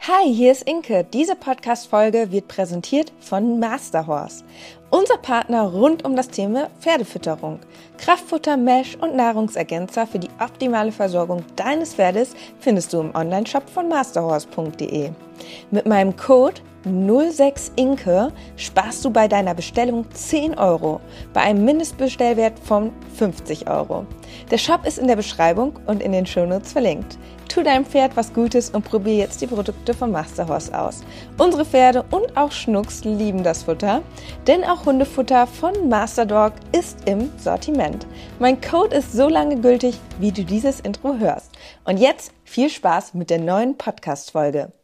Hi, hier ist Inke. Diese Podcast-Folge wird präsentiert von Masterhorse. Unser Partner rund um das Thema Pferdefütterung. Kraftfutter, Mesh und Nahrungsergänzer für die optimale Versorgung deines Pferdes findest du im Onlineshop von masterhorse.de. Mit meinem Code 06INKE sparst du bei deiner Bestellung 10 Euro, bei einem Mindestbestellwert von 50 Euro. Der Shop ist in der Beschreibung und in den Shownotes verlinkt. Tu deinem Pferd was Gutes und probier jetzt die Produkte von Masterhorse aus. Unsere Pferde und auch Schnucks lieben das Futter, denn auch Hundefutter von Masterdog ist im Sortiment. Mein Code ist so lange gültig, wie du dieses Intro hörst. Und jetzt viel Spaß mit der neuen Podcast-Folge.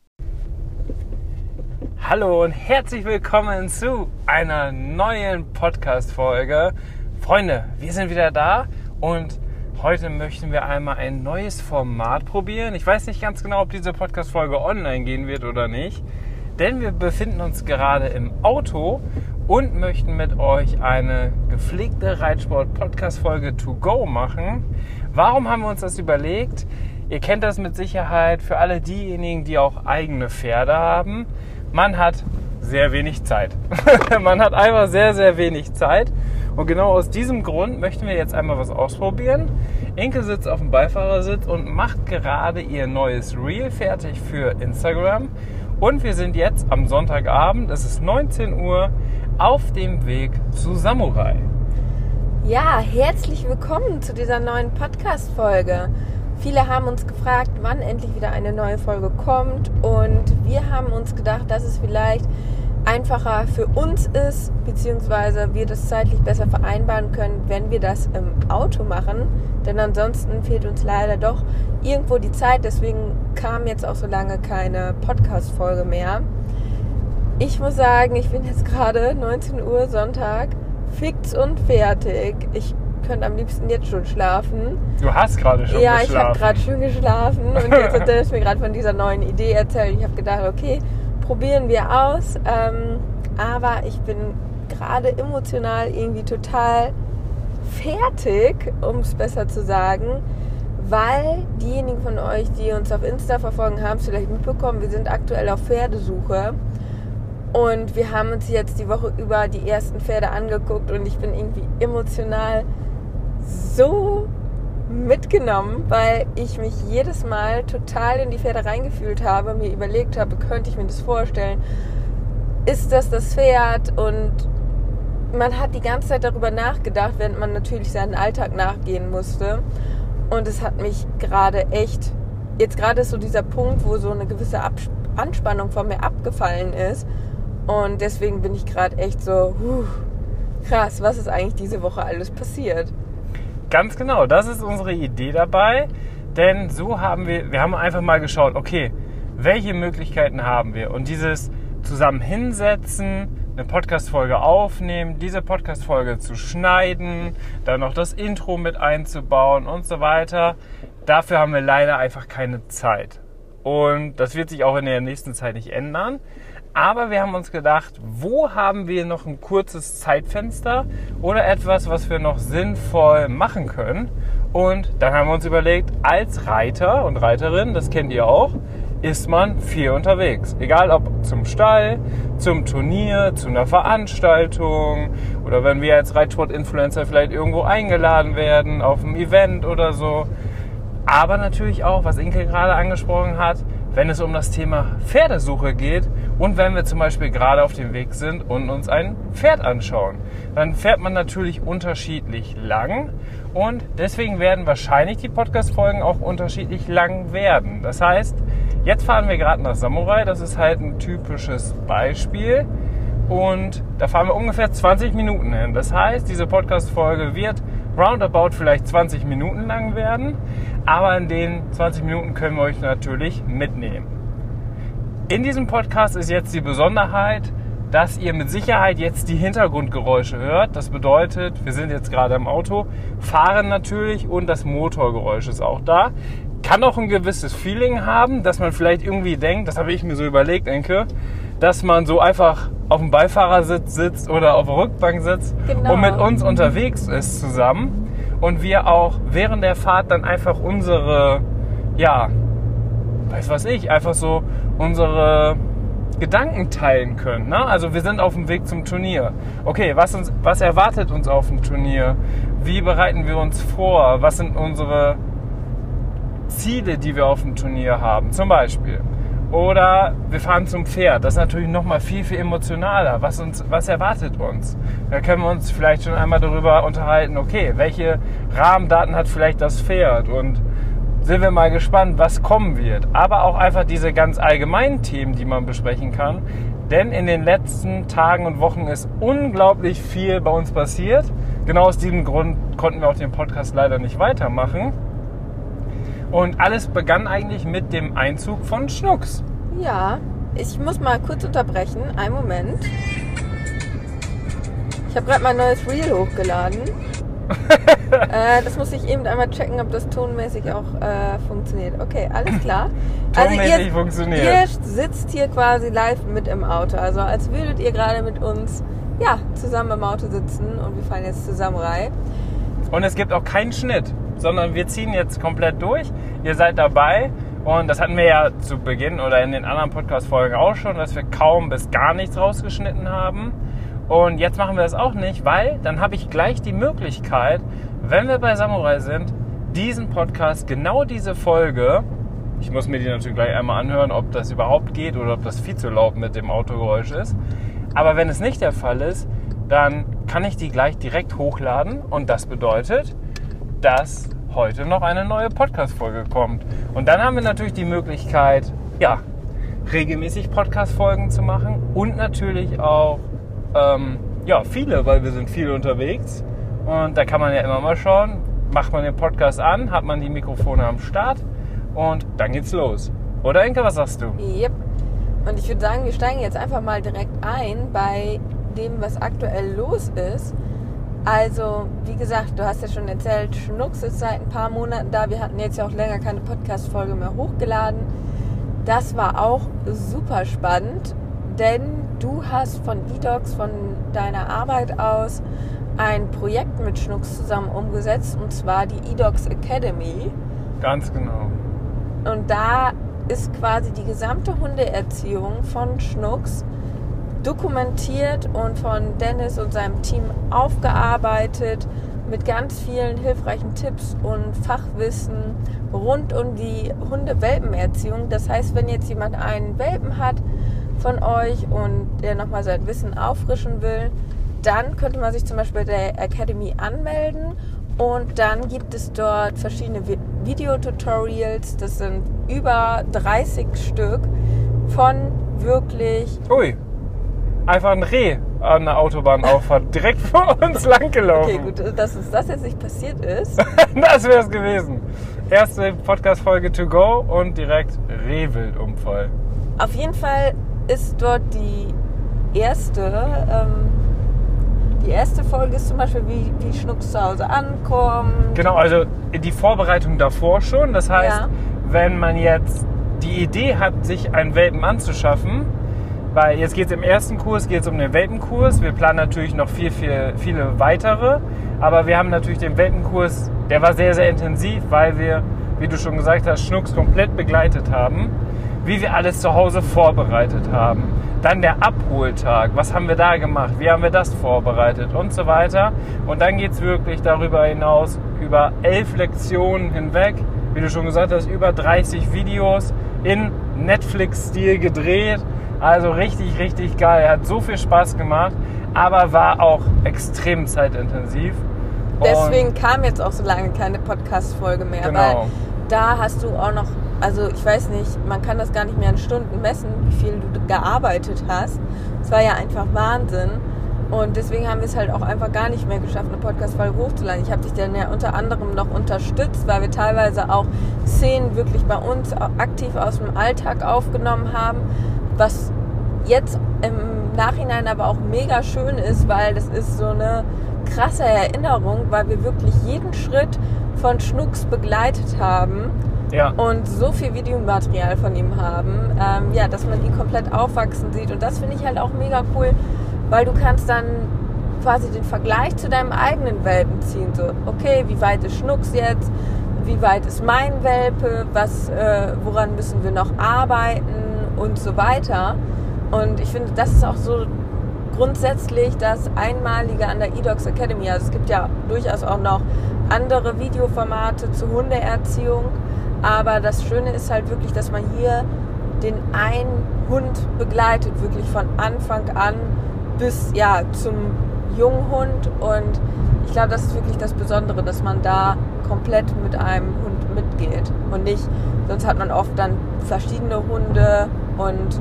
Hallo und herzlich willkommen zu einer neuen Podcast-Folge. Freunde, wir sind wieder da und heute möchten wir einmal ein neues Format probieren. Ich weiß nicht ganz genau, ob diese Podcast-Folge online gehen wird oder nicht, denn wir befinden uns gerade im Auto und möchten mit euch eine gepflegte Reitsport-Podcast-Folge to go machen. Warum haben wir uns das überlegt? Ihr kennt das mit Sicherheit für alle diejenigen, die auch eigene Pferde haben. Man hat sehr wenig Zeit. Man hat einfach sehr, sehr wenig Zeit. Und genau aus diesem Grund möchten wir jetzt einmal was ausprobieren. Inke sitzt auf dem Beifahrersitz und macht gerade ihr neues Reel fertig für Instagram. Und wir sind jetzt am Sonntagabend, es ist 19 Uhr, auf dem Weg zu Samurai. Ja, herzlich willkommen zu dieser neuen Podcast-Folge. Viele haben uns gefragt, wann endlich wieder eine neue Folge kommt, und wir haben uns gedacht, dass es vielleicht einfacher für uns ist, beziehungsweise wir das zeitlich besser vereinbaren können, wenn wir das im Auto machen, denn ansonsten fehlt uns leider doch irgendwo die Zeit, deswegen kam jetzt auch so lange keine Podcast-Folge mehr. Ich muss sagen, ich bin jetzt gerade 19 Uhr Sonntag, fix und fertig. Ich könnte am liebsten jetzt schon schlafen. Du hast gerade schon geschlafen. Ja, ich habe gerade schon geschlafen und jetzt hat er mir gerade von dieser neuen Idee erzählt. Ich habe gedacht, okay, probieren wir aus. Aber ich bin gerade emotional irgendwie total fertig, um es besser zu sagen, weil diejenigen von euch, die uns auf Insta verfolgen, haben es vielleicht mitbekommen, wir sind aktuell auf Pferdesuche. Und wir haben uns jetzt die Woche über die ersten Pferde angeguckt und ich bin irgendwie emotional so mitgenommen, weil ich mich jedes Mal total in die Pferde reingefühlt habe, mir überlegt habe, könnte ich mir das vorstellen? Ist das Pferd? Und man hat die ganze Zeit darüber nachgedacht, während man natürlich seinen Alltag nachgehen musste. Und es hat mich gerade echt, jetzt gerade ist so dieser Punkt, wo so eine gewisse Anspannung von mir abgefallen ist. Und deswegen bin ich gerade echt so, krass, was ist eigentlich diese Woche alles passiert? Ganz genau, das ist unsere Idee dabei, denn so haben wir haben einfach mal geschaut, okay, welche Möglichkeiten haben wir? Und dieses zusammen hinsetzen, eine Podcast-Folge aufnehmen, diese Podcast-Folge zu schneiden, dann noch das Intro mit einzubauen und so weiter, dafür haben wir leider einfach keine Zeit. Und das wird sich auch in der nächsten Zeit nicht ändern. Aber wir haben uns gedacht, wo haben wir noch ein kurzes Zeitfenster oder etwas, was wir noch sinnvoll machen können? Und dann haben wir uns überlegt, als Reiter und Reiterin, das kennt ihr auch, ist man viel unterwegs. Egal ob zum Stall, zum Turnier, zu einer Veranstaltung oder wenn wir als Reitsport-Influencer vielleicht irgendwo eingeladen werden, auf einem Event oder so. Aber natürlich auch, was Inke gerade angesprochen hat, wenn es um das Thema Pferdesuche geht und wenn wir zum Beispiel gerade auf dem Weg sind und uns ein Pferd anschauen. Dann fährt man natürlich unterschiedlich lang und deswegen werden wahrscheinlich die Podcast-Folgen auch unterschiedlich lang werden. Das heißt, jetzt fahren wir gerade nach Samurai, das ist halt ein typisches Beispiel und da fahren wir ungefähr 20 Minuten hin. Das heißt, diese Podcast-Folge wird roundabout vielleicht 20 Minuten lang werden, aber in den 20 Minuten können wir euch natürlich mitnehmen. In diesem Podcast ist jetzt die Besonderheit, dass ihr mit Sicherheit jetzt die Hintergrundgeräusche hört. Das bedeutet, wir sind jetzt gerade im Auto, fahren natürlich und das Motorgeräusch ist auch da. Kann auch ein gewisses Feeling haben, dass man vielleicht irgendwie denkt, das habe ich mir so überlegt, Enke, dass man so einfach auf dem Beifahrersitz sitzt oder auf der Rückbank sitzt und mit uns unterwegs ist zusammen und wir auch während der Fahrt dann einfach unsere, ja, weiß was ich, einfach so unsere Gedanken teilen können. Ne? Also wir sind auf dem Weg zum Turnier. Okay, was erwartet uns auf dem Turnier? Wie bereiten wir uns vor? Was sind unsere Ziele, die wir auf dem Turnier haben? Zum Beispiel. Oder wir fahren zum Pferd. Das ist natürlich nochmal viel, viel emotionaler. Was erwartet uns? Da können wir uns vielleicht schon einmal darüber unterhalten, okay, welche Rahmendaten hat vielleicht das Pferd? Und sind wir mal gespannt, was kommen wird. Aber auch einfach diese ganz allgemeinen Themen, die man besprechen kann. Denn in den letzten Tagen und Wochen ist unglaublich viel bei uns passiert. Genau aus diesem Grund konnten wir auch den Podcast leider nicht weitermachen. Und alles begann eigentlich mit dem Einzug von Schnucks. Ja, ich muss mal kurz unterbrechen. Einen Moment. Ich habe gerade mein neues Reel hochgeladen. Das muss ich eben einmal checken, ob das tonmäßig auch funktioniert. Okay, alles klar. Tonmäßig funktioniert. Ihr sitzt hier quasi live mit im Auto. Also als würdet ihr gerade mit uns zusammen im Auto sitzen und wir fahren jetzt zusammen rein. Und es gibt auch keinen Schnitt, sondern wir ziehen jetzt komplett durch. Ihr seid dabei und das hatten wir ja zu Beginn oder in den anderen Podcast-Folgen auch schon, dass wir kaum bis gar nichts rausgeschnitten haben. Und jetzt machen wir das auch nicht, weil dann habe ich gleich die Möglichkeit, wenn wir bei Samurai sind, diesen Podcast, genau diese Folge, ich muss mir die natürlich gleich einmal anhören, ob das überhaupt geht oder ob das viel zu laut mit dem Autogeräusch ist. Aber wenn es nicht der Fall ist, dann kann ich die gleich direkt hochladen und das bedeutet, dass heute noch eine neue Podcast-Folge kommt. Und dann haben wir natürlich die Möglichkeit, regelmäßig Podcast-Folgen zu machen und natürlich auch viele, weil wir sind viel unterwegs und da kann man ja immer mal schauen, macht man den Podcast an, hat man die Mikrofone am Start und dann geht's los. Oder Inka, was sagst du? Yep. Und ich würde sagen, wir steigen jetzt einfach mal direkt ein bei dem, was aktuell los ist. Also, wie gesagt, du hast ja schon erzählt, Schnucks ist seit ein paar Monaten da. Wir hatten jetzt ja auch länger keine Podcast-Folge mehr hochgeladen. Das war auch super spannend, denn du hast von eDocs, von deiner Arbeit aus, ein Projekt mit Schnucks zusammen umgesetzt, und zwar die eDocs Academy. Ganz genau. Und da ist quasi die gesamte Hundeerziehung von Schnucks dokumentiert und von Dennis und seinem Team aufgearbeitet mit ganz vielen hilfreichen Tipps und Fachwissen rund um die Hunde-Welpenerziehung. Das heißt, wenn jetzt jemand einen Welpen hat von euch und der nochmal sein Wissen auffrischen will, dann könnte man sich zum Beispiel bei der Academy anmelden und dann gibt es dort verschiedene Videotutorials. Das sind über 30 Stück von wirklich... Ui, einfach ein Reh an der Autobahnauffahrt direkt vor uns lang gelaufen. Okay, gut, dass uns das jetzt nicht passiert ist. Das wäre es gewesen. Erste Podcast-Folge to go und direkt Rehwildunfall. Auf jeden Fall ist dort die erste Folge ist zum Beispiel, wie Schnucks zu Hause ankommt. Genau, also die Vorbereitung davor schon. Das heißt, wenn man jetzt die Idee hat, sich einen Welpen anzuschaffen, weil jetzt geht es im ersten Kurs um den Welpenkurs. Wir planen natürlich noch viele weitere. Aber wir haben natürlich den Welpenkurs, der war sehr, sehr intensiv, weil wir, wie du schon gesagt hast, Schnucks komplett begleitet haben. Wie wir alles zu Hause vorbereitet haben. Dann der Abholtag, was haben wir da gemacht, wie haben wir das vorbereitet und so weiter. Und dann geht es wirklich darüber hinaus, über 11 Lektionen hinweg, wie du schon gesagt hast, über 30 Videos in Netflix-Stil gedreht. Also richtig, richtig geil. Hat so viel Spaß gemacht, aber war auch extrem zeitintensiv. Deswegen kam jetzt auch so lange keine Podcast-Folge mehr, genau. Weil da hast du auch noch, also ich weiß nicht, man kann das gar nicht mehr in Stunden messen, wie viel du gearbeitet hast. Es war ja einfach Wahnsinn. Und deswegen haben wir es halt auch einfach gar nicht mehr geschafft, eine Podcast-Folge hochzuladen. Ich habe dich dann ja unter anderem noch unterstützt, weil wir teilweise auch Szenen wirklich bei uns aktiv aus dem Alltag aufgenommen haben, was jetzt im Nachhinein aber auch mega schön ist, weil das ist so eine krasse Erinnerung, weil wir wirklich jeden Schritt von Schnucks begleitet haben. Ja. Und so viel Videomaterial von ihm haben, dass man ihn komplett aufwachsen sieht. Und das finde ich halt auch mega cool, weil du kannst dann quasi den Vergleich zu deinem eigenen Welpen ziehen. So, okay, wie weit ist Schnucks jetzt? Wie weit ist mein Welpe? Woran müssen wir noch arbeiten? und so weiter. Und ich finde, das ist auch so grundsätzlich das Einmalige an der eDogs Academy. Also es gibt ja durchaus auch noch andere Videoformate zur Hundeerziehung, aber das Schöne ist halt wirklich, dass man hier den einen Hund begleitet, wirklich von Anfang an bis zum Junghund. Und ich glaube, das ist wirklich das Besondere, dass man da komplett mit einem Hund mitgeht und nicht, sonst hat man oft dann verschiedene Hunde und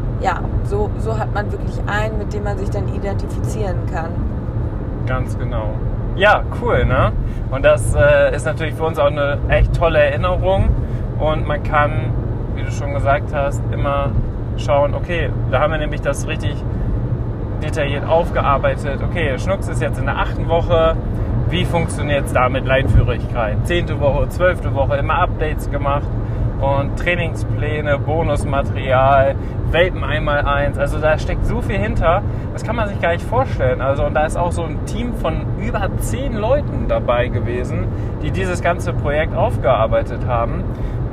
so hat man wirklich einen, mit dem man sich dann identifizieren kann. Ganz genau. Ja, cool, ne? Und das ist natürlich für uns auch eine echt tolle Erinnerung und man kann, wie du schon gesagt hast, immer schauen, okay, da haben wir nämlich das richtig detailliert aufgearbeitet. Okay, Schnucks ist jetzt in der 8. Woche. Wie funktioniert es da mit Leinführigkeit? 10. Woche, 12. Woche, immer Updates gemacht und Trainingspläne, Bonusmaterial, Welpen 1x1. Also da steckt so viel hinter, das kann man sich gar nicht vorstellen. Also und da ist auch so ein Team von über 10 Leuten dabei gewesen, die dieses ganze Projekt aufgearbeitet haben.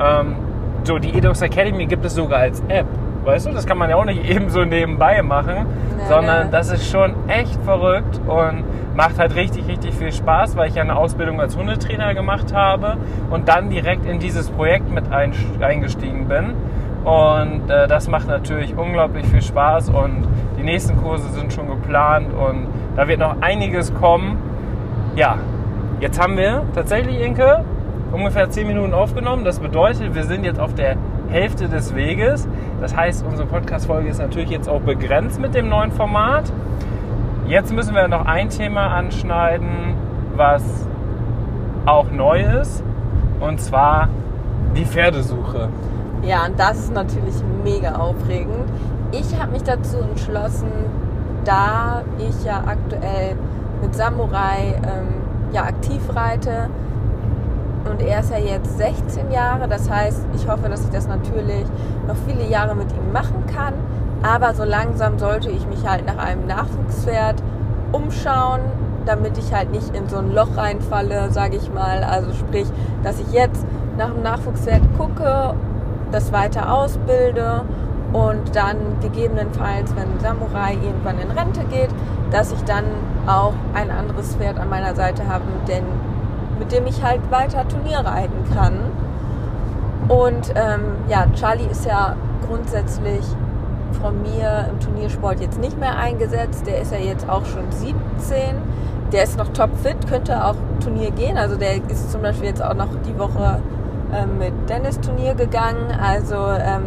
So, die eDogs Academy gibt es sogar als App. Weißt du, das kann man ja auch nicht eben so nebenbei machen, sondern das ist schon echt verrückt und macht halt richtig, richtig viel Spaß, weil ich ja eine Ausbildung als Hundetrainer gemacht habe und dann direkt in dieses Projekt mit eingestiegen bin. Und das macht natürlich unglaublich viel Spaß und die nächsten Kurse sind schon geplant und da wird noch einiges kommen. Ja, jetzt haben wir tatsächlich, Inke, ungefähr 10 Minuten aufgenommen. Das bedeutet, wir sind jetzt auf der Hälfte des Weges. Das heißt, unsere Podcast-Folge ist natürlich jetzt auch begrenzt mit dem neuen Format. Jetzt müssen wir noch ein Thema anschneiden, was auch neu ist, und zwar die Pferdesuche. Ja, und das ist natürlich mega aufregend. Ich habe mich dazu entschlossen, da ich ja aktuell mit Samurai aktiv reite, und er ist ja jetzt 16 Jahre, das heißt, ich hoffe, dass ich das natürlich noch viele Jahre mit ihm machen kann, aber so langsam sollte ich mich halt nach einem Nachwuchspferd umschauen, damit ich halt nicht in so ein Loch reinfalle, sage ich mal, also sprich, dass ich jetzt nach einem Nachwuchspferd gucke, das weiter ausbilde und dann gegebenenfalls, wenn Samurai irgendwann in Rente geht, dass ich dann auch ein anderes Pferd an meiner Seite habe, mit dem ich halt weiter Turnier reiten kann. Und Charlie ist ja grundsätzlich von mir im Turniersport jetzt nicht mehr eingesetzt. Der ist ja jetzt auch schon 17. Der ist noch topfit, könnte auch Turnier gehen. Also der ist zum Beispiel jetzt auch noch die Woche mit Dennis Turnier gegangen. Also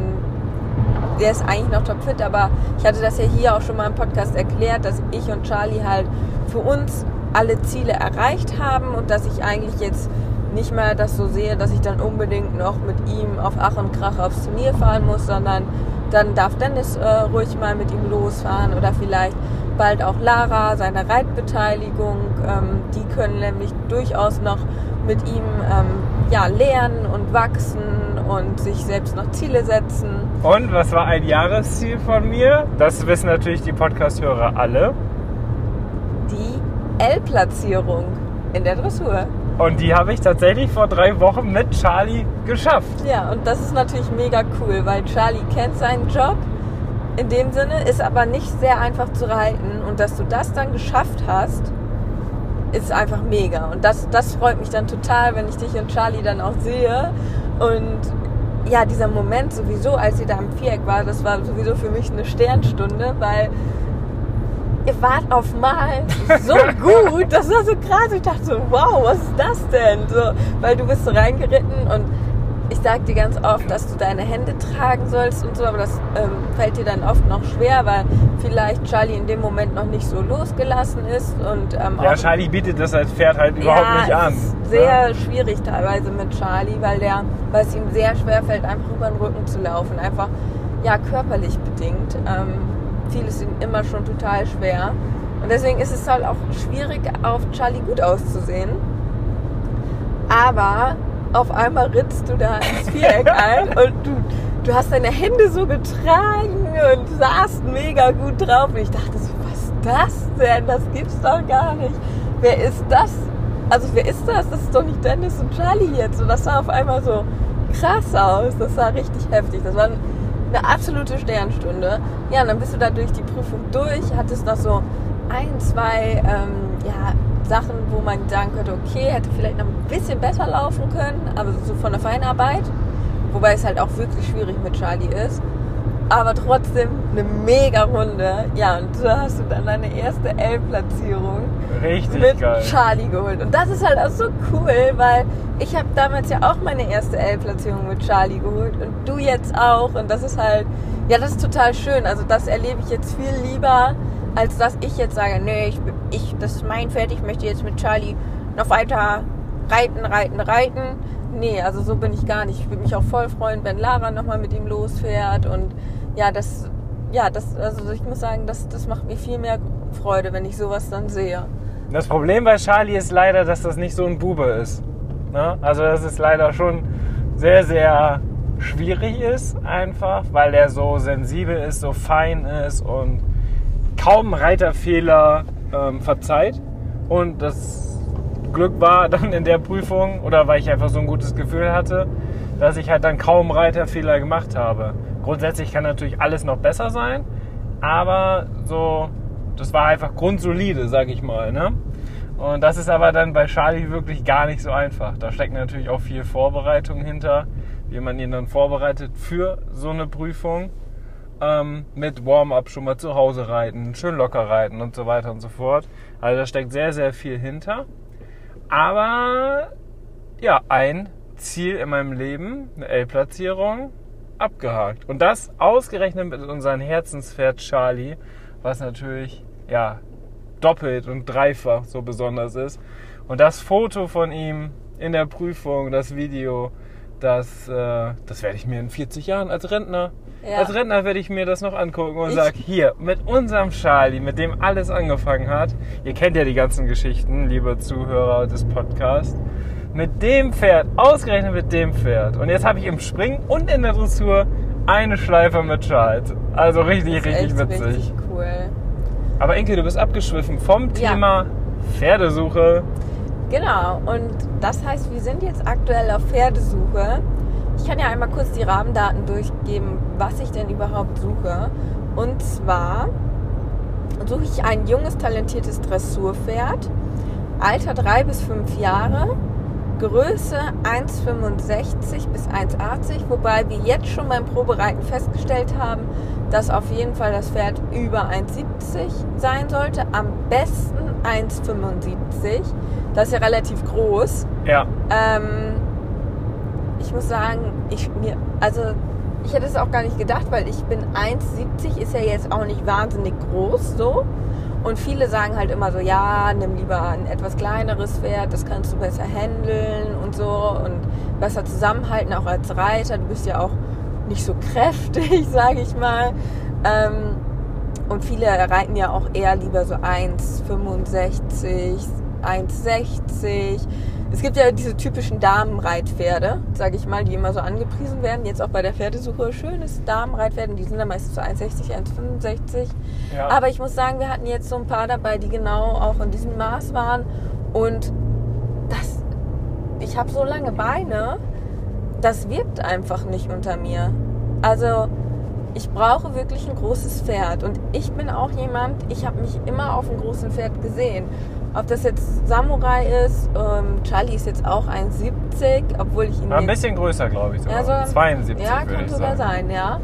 der ist eigentlich noch topfit, aber ich hatte das ja hier auch schon mal im Podcast erklärt, dass ich und Charlie halt für uns alle Ziele erreicht haben und dass ich eigentlich jetzt nicht mehr das so sehe, dass ich dann unbedingt noch mit ihm auf Ach und Krach aufs Turnier fahren muss, sondern dann darf Dennis ruhig mal mit ihm losfahren oder vielleicht bald auch Lara, seine Reitbeteiligung. Die können nämlich durchaus noch mit ihm lernen und wachsen und sich selbst noch Ziele setzen. Und was war ein Jahresziel von mir? Das wissen natürlich die Podcast-Hörer alle. Die L-Platzierung in der Dressur. Und die habe ich tatsächlich vor 3 Wochen mit Charlie geschafft. Ja, und das ist natürlich mega cool, weil Charlie kennt seinen Job. In dem Sinne ist aber nicht sehr einfach zu reiten. Und dass du das dann geschafft hast, ist einfach mega. Und das freut mich dann total, wenn ich dich und Charlie dann auch sehe. Und ja, dieser Moment sowieso, als ihr da im Viereck war, das war sowieso für mich eine Sternstunde, weil ihr wart auf Mal so gut, das war so krass. Ich dachte so, wow, was ist das denn? So, weil du bist so reingeritten und ich sag dir ganz oft, dass du deine Hände tragen sollst und so, aber das fällt dir dann oft noch schwer, weil vielleicht Charlie in dem Moment noch nicht so losgelassen ist. Und, Charlie bietet das als Pferd halt überhaupt nicht an. Es ist sehr schwierig teilweise mit Charlie, weil es ihm sehr schwer fällt, einfach über den Rücken zu laufen. Einfach, körperlich bedingt. Fiel es ihm immer schon total schwer. Und deswegen ist es halt auch schwierig, auf Charlie gut auszusehen. Aber auf einmal ritzt du da ins Viereck ein und du hast deine Hände so getragen und saßt mega gut drauf. Und ich dachte so, was ist das denn? Das gibt's doch gar nicht. Wer ist das? Also wer ist das? Das ist doch nicht Dennis und Charlie jetzt. Und das sah auf einmal so krass aus. Das sah richtig heftig. Das war ein eine absolute Sternstunde. Ja, und dann bist du da durch die Prüfung durch, hattest noch so 1, 2 Sachen, wo man sagen könnte, okay, hätte vielleicht noch ein bisschen besser laufen können, aber so von der Feinarbeit, wobei es halt auch wirklich schwierig mit Charlie ist, aber trotzdem eine mega Runde. Ja, und so hast du dann deine erste L-Platzierung mit geil. Charlie geholt. Und das ist halt auch so cool, weil ich habe damals ja auch meine erste L-Platzierung mit Charlie geholt und du jetzt auch. Und das ist halt, ja, das ist total schön. Also das erlebe ich jetzt viel lieber, als dass ich jetzt sage, nee, das ist mein Pferd, ich möchte jetzt mit Charlie noch weiter reiten. Nee, also so bin ich gar nicht. Ich würde mich auch voll freuen, wenn Lara nochmal mit ihm losfährt. Und also ich muss sagen, das macht mir viel mehr Freude, wenn ich sowas dann sehe. Das Problem bei Charlie ist leider, dass das nicht so ein Bube ist. Ne? Also das ist leider schon sehr, sehr schwierig ist einfach, weil er so sensibel ist, so fein ist und kaum Reiterfehler verzeiht. Und das Glück war dann in der Prüfung, oder weil ich einfach so ein gutes Gefühl hatte, dass ich halt dann kaum Reiterfehler gemacht habe. Grundsätzlich kann natürlich alles noch besser sein, aber so, das war einfach grundsolide, sag ich mal. Ne? Und das ist aber dann bei Charlie wirklich gar nicht so einfach. Da steckt natürlich auch viel Vorbereitung hinter, wie man ihn dann vorbereitet für so eine Prüfung. Mit Warm-up schon mal zu Hause reiten, schön locker reiten und so weiter und so fort. Also da steckt sehr, sehr viel hinter. Aber ja, ein Ziel in meinem Leben, eine L-Platzierung, abgehakt. Und das ausgerechnet mit unserem Herzenspferd Charlie, was natürlich ja doppelt und dreifach so besonders ist. Und das Foto von ihm in der Prüfung, das Video, das werde ich mir in 40 Jahren als Rentner werde ich mir das noch angucken und sage, hier, mit unserem Charlie, mit dem alles angefangen hat, ihr kennt ja die ganzen Geschichten, liebe Zuhörer des Podcasts, mit dem Pferd, ausgerechnet mit dem Pferd. Und jetzt habe ich im Springen und in der Dressur eine Schleife mit Charles. Also richtig witzig. Richtig cool. Aber Inke, du bist abgeschwiffen vom Thema Pferdesuche. Genau, und das heißt, wir sind jetzt aktuell auf Pferdesuche. Ich kann ja einmal kurz die Rahmendaten durchgeben, was ich denn überhaupt suche. Und zwar suche ich ein junges, talentiertes Dressurpferd, Alter 3 bis 5 Jahre, Größe 1,65 bis 1,80, wobei wir jetzt schon beim Probereiten festgestellt haben, dass auf jeden Fall das Pferd über 1,70 sein sollte, am besten 1,75. Das ist ja relativ groß. Ja. Ich muss sagen, ich hätte es auch gar nicht gedacht, weil ich bin 1,70, ist ja jetzt auch nicht wahnsinnig groß so. Und viele sagen halt immer so, ja, nimm lieber ein etwas kleineres Pferd, das kannst du besser handeln und so und besser zusammenhalten, auch als Reiter. Du bist ja auch nicht so kräftig, sage ich mal. Und viele reiten ja auch eher lieber so 1,65, 1,60. Es gibt ja diese typischen Damenreitpferde, sage ich mal, die immer so angepriesen werden. Jetzt auch bei der Pferdesuche. Schönes Damenreitpferd, die sind dann meistens so 1,60, 1,65. Ja. Aber ich muss sagen, wir hatten jetzt so ein paar dabei, die genau auch in diesem Maß waren. Und ich habe so lange Beine, das wirkt einfach nicht unter mir. Also ich brauche wirklich ein großes Pferd. Und ich bin auch jemand, ich habe mich immer auf einem großen Pferd gesehen. Ob das jetzt Samurai ist, Charlie ist jetzt auch 1,70, obwohl ich ihn ein bisschen größer, glaube ich, sogar. Ja, so 72 ja, würde kann ich sogar sagen. sein, ja.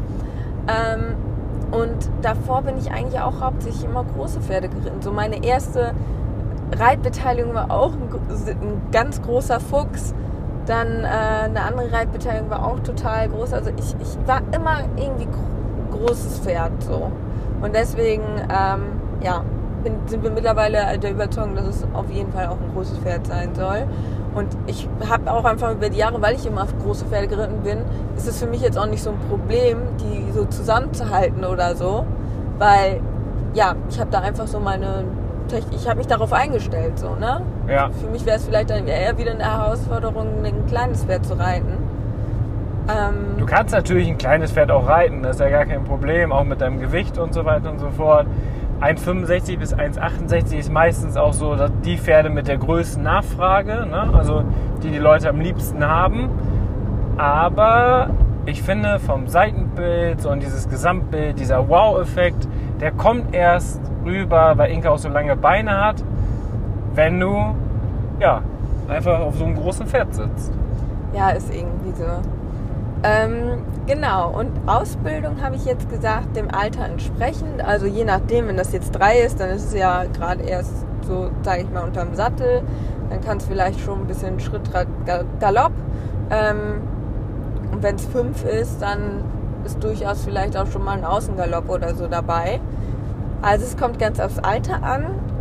Und davor bin ich eigentlich auch hauptsächlich immer große Pferde geritten. So meine erste Reitbeteiligung war auch ein ganz großer Fuchs. Dann eine andere Reitbeteiligung war auch total groß. Also ich war immer irgendwie großes Pferd so. Und deswegen, sind wir mittlerweile der Überzeugung, dass es auf jeden Fall auch ein großes Pferd sein soll. Und ich habe auch einfach über die Jahre, weil ich immer auf große Pferde geritten bin, ist es für mich jetzt auch nicht so ein Problem, die so zusammenzuhalten oder so. Weil, ja, ich habe da einfach so ich habe mich darauf eingestellt, so, ne? Ja. Für mich wäre es vielleicht dann eher wieder eine Herausforderung, ein kleines Pferd zu reiten. Du kannst natürlich ein kleines Pferd auch reiten, das ist ja gar kein Problem, auch mit deinem Gewicht und so weiter und so fort. 1,65 bis 1,68 ist meistens auch so die Pferde mit der größten Nachfrage, ne? Also die Leute am liebsten haben. Aber ich finde vom Seitenbild so und dieses Gesamtbild, dieser Wow-Effekt, der kommt erst rüber, weil Inka auch so lange Beine hat, wenn du ja einfach auf so einem großen Pferd sitzt. Ja, ist irgendwie so. Genau, und Ausbildung habe ich jetzt gesagt, dem Alter entsprechend. Also je nachdem, wenn das jetzt 3 ist, dann ist es ja gerade erst so, sage ich mal, unterm Sattel. Dann kann es vielleicht schon ein bisschen Schritt, Galopp. Und wenn es 5 ist, dann ist durchaus vielleicht auch schon mal ein Außengalopp oder so dabei. Also es kommt ganz aufs Alter an.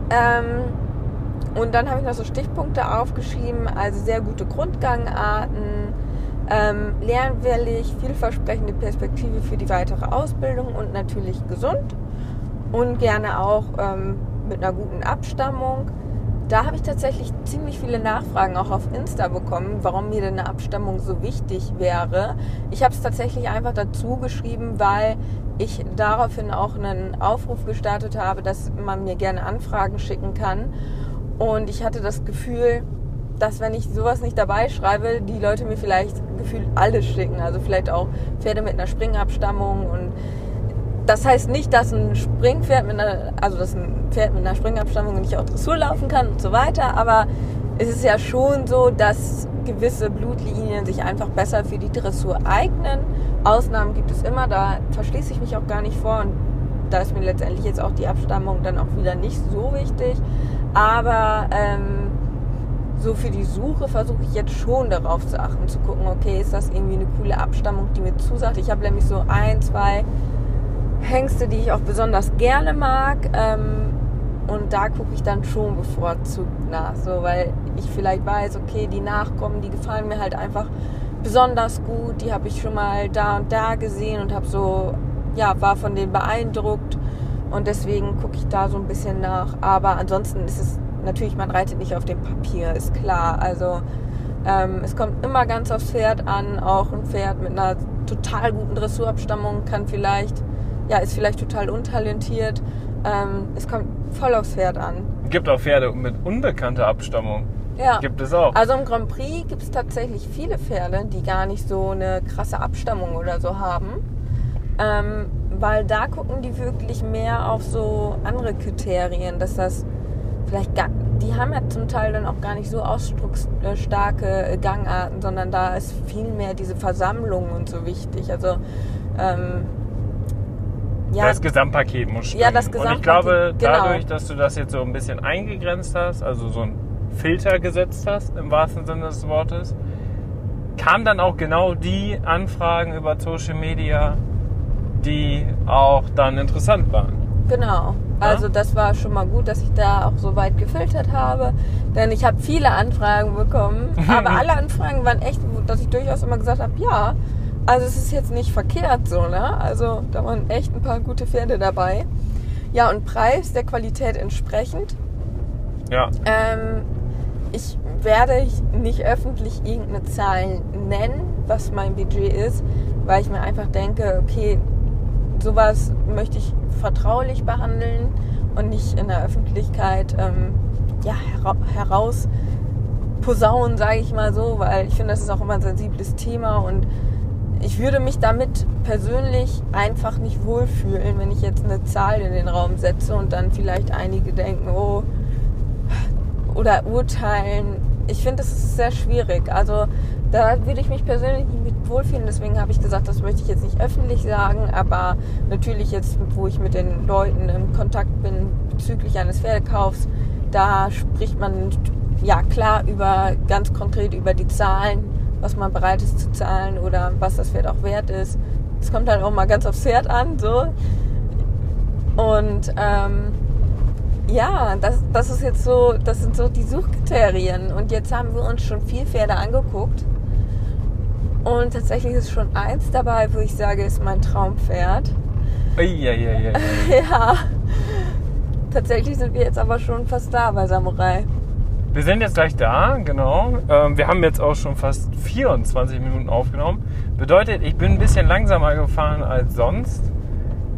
Und dann habe ich noch so Stichpunkte aufgeschrieben, also sehr gute Grundgangarten, lernwillig, vielversprechende Perspektive für die weitere Ausbildung und natürlich gesund und gerne auch mit einer guten Abstammung. Da habe ich tatsächlich ziemlich viele Nachfragen auch auf Insta bekommen, warum mir denn eine Abstammung so wichtig wäre. Ich habe es tatsächlich einfach dazu geschrieben, weil ich daraufhin auch einen Aufruf gestartet habe, dass man mir gerne Anfragen schicken kann. Und ich hatte das Gefühl, dass wenn ich sowas nicht dabei schreibe, die Leute mir vielleicht gefühlt alles schicken. Also vielleicht auch Pferde mit einer Springabstammung. Und das heißt nicht, dass ein Springpferd dass ein Pferd mit einer Springabstammung nicht auch Dressur laufen kann und so weiter. Aber es ist ja schon so, dass gewisse Blutlinien sich einfach besser für die Dressur eignen. Ausnahmen gibt es immer, da verschließe ich mich auch gar nicht vor. Und da ist mir letztendlich jetzt auch die Abstammung dann auch wieder nicht so wichtig. Aber so für die Suche versuche ich jetzt schon darauf zu achten, zu gucken, okay, ist das irgendwie eine coole Abstammung, die mir zusagt. Ich habe nämlich so 1, 2 Hengste, die ich auch besonders gerne mag. Und da gucke ich dann schon bevorzugt nach, so, weil ich vielleicht weiß, okay, die Nachkommen, die gefallen mir halt einfach besonders gut. Die habe ich schon mal da und da gesehen und habe so, ja, war von denen beeindruckt. Und deswegen gucke ich da so ein bisschen nach. Aber ansonsten ist es natürlich, man reitet nicht auf dem Papier, ist klar. Also es kommt immer ganz aufs Pferd an. Auch ein Pferd mit einer total guten Dressurabstammung ist vielleicht total untalentiert. Es kommt voll aufs Pferd an. Es gibt auch Pferde mit unbekannter Abstammung. Ja. Gibt es auch. Also im Grand Prix gibt es tatsächlich viele Pferde, die gar nicht so eine krasse Abstammung oder so haben. Weil da gucken die wirklich mehr auf so andere Kriterien, dass das vielleicht die haben ja zum Teil dann auch gar nicht so ausdrucksstarke Gangarten, sondern da ist viel mehr diese Versammlung und so wichtig. Also das Gesamtpaket muss stimmen. Ja, das Gesamtpaket. Und ich glaube, dadurch, genau, dass du das jetzt so ein bisschen eingegrenzt hast, also so einen Filter gesetzt hast, im wahrsten Sinne des Wortes, kamen dann auch genau die Anfragen über Social Media, die auch dann interessant waren. Genau. Also das war schon mal gut, dass ich da auch so weit gefiltert habe, denn ich habe viele Anfragen bekommen, aber alle Anfragen waren echt, dass ich durchaus immer gesagt habe, ja, also es ist jetzt nicht verkehrt so, ne? Also da waren echt ein paar gute Pferde dabei. Ja, und Preis der Qualität entsprechend. Ja. Ich werde nicht öffentlich irgendeine Zahl nennen, was mein Budget ist, weil ich mir einfach denke, okay, sowas möchte ich vertraulich behandeln und nicht in der Öffentlichkeit heraus posaunen, sage ich mal so, weil ich finde, das ist auch immer ein sensibles Thema und ich würde mich damit persönlich einfach nicht wohlfühlen, wenn ich jetzt eine Zahl in den Raum setze und dann vielleicht einige denken, oh, oder urteilen. Ich finde, das ist sehr schwierig. Also da würde ich mich persönlich nicht mit wohlfühlen. Deswegen habe ich gesagt, das möchte ich jetzt nicht öffentlich sagen. Aber natürlich jetzt, wo ich mit den Leuten in Kontakt bin bezüglich eines Pferdekaufs, da spricht man ja klar ganz konkret über die Zahlen, was man bereit ist zu zahlen oder was das Pferd auch wert ist. Es kommt halt auch mal ganz aufs Pferd an. So. Und das ist jetzt so, das sind so die Suchkriterien. Und jetzt haben wir uns schon 4 Pferde angeguckt. Und tatsächlich ist schon eins dabei, wo ich sage, ist mein Traumpferd. Ja. Tatsächlich sind wir jetzt aber schon fast da bei Samurai. Wir sind jetzt gleich da, genau. Wir haben jetzt auch schon fast 24 Minuten aufgenommen. Bedeutet, ich bin ein bisschen langsamer gefahren als sonst.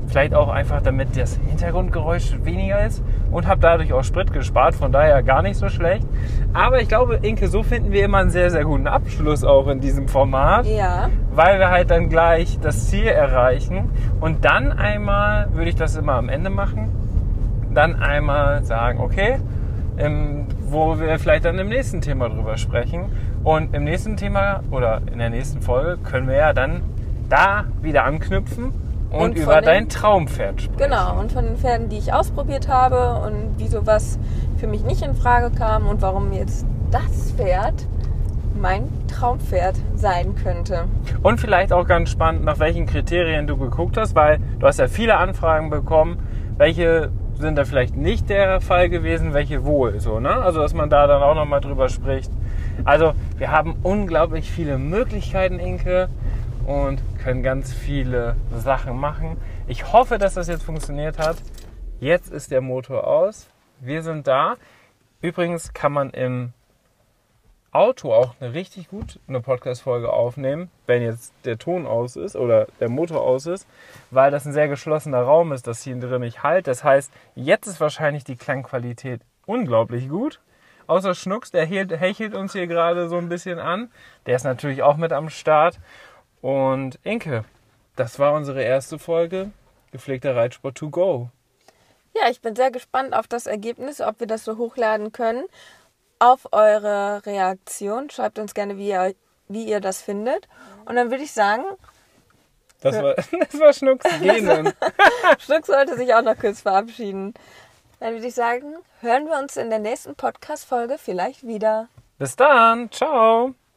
Vielleicht auch einfach, damit das Hintergrundgeräusch weniger ist und habe dadurch auch Sprit gespart, von daher gar nicht so schlecht. Aber ich glaube, Inke, so finden wir immer einen sehr, sehr guten Abschluss auch in diesem Format, Ja. weil wir halt dann gleich das Ziel erreichen und dann einmal, würde ich das immer am Ende machen, dann einmal sagen, okay, wo wir vielleicht dann im nächsten Thema drüber sprechen und im nächsten Thema oder in der nächsten Folge können wir ja dann da wieder anknüpfen und über dein Traumpferd sprechen. Genau, und von den Pferden, die ich ausprobiert habe und wieso was für mich nicht in Frage kam und warum jetzt das Pferd mein Traumpferd sein könnte. Und vielleicht auch ganz spannend, nach welchen Kriterien du geguckt hast, weil du hast ja viele Anfragen bekommen, welche sind da vielleicht nicht der Fall gewesen, welche wohl, so, ne? Also, dass man da dann auch nochmal drüber spricht. Also, wir haben unglaublich viele Möglichkeiten, Inke, und können ganz viele Sachen machen. Ich hoffe, dass das jetzt funktioniert hat. Jetzt ist der Motor aus. Wir sind da. Übrigens kann man im Auto auch richtig gut eine Podcast-Folge aufnehmen, wenn jetzt der Ton aus ist oder der Motor aus ist, weil das ein sehr geschlossener Raum ist, das hier drin nicht halt. Das heißt, jetzt ist wahrscheinlich die Klangqualität unglaublich gut. Außer Schnucks, der hechelt uns hier gerade so ein bisschen an. Der ist natürlich auch mit am Start. Und Inke, das war unsere erste Folge Gepflegter Reitsport to go. Ja, ich bin sehr gespannt auf das Ergebnis, ob wir das so hochladen können. Auf eure Reaktion. Schreibt uns gerne, wie ihr das findet. Und dann würde ich sagen... Das war Schnucks gehen. Schnucks sollte sich auch noch kurz verabschieden. Dann würde ich sagen, hören wir uns in der nächsten Podcast-Folge vielleicht wieder. Bis dann. Ciao.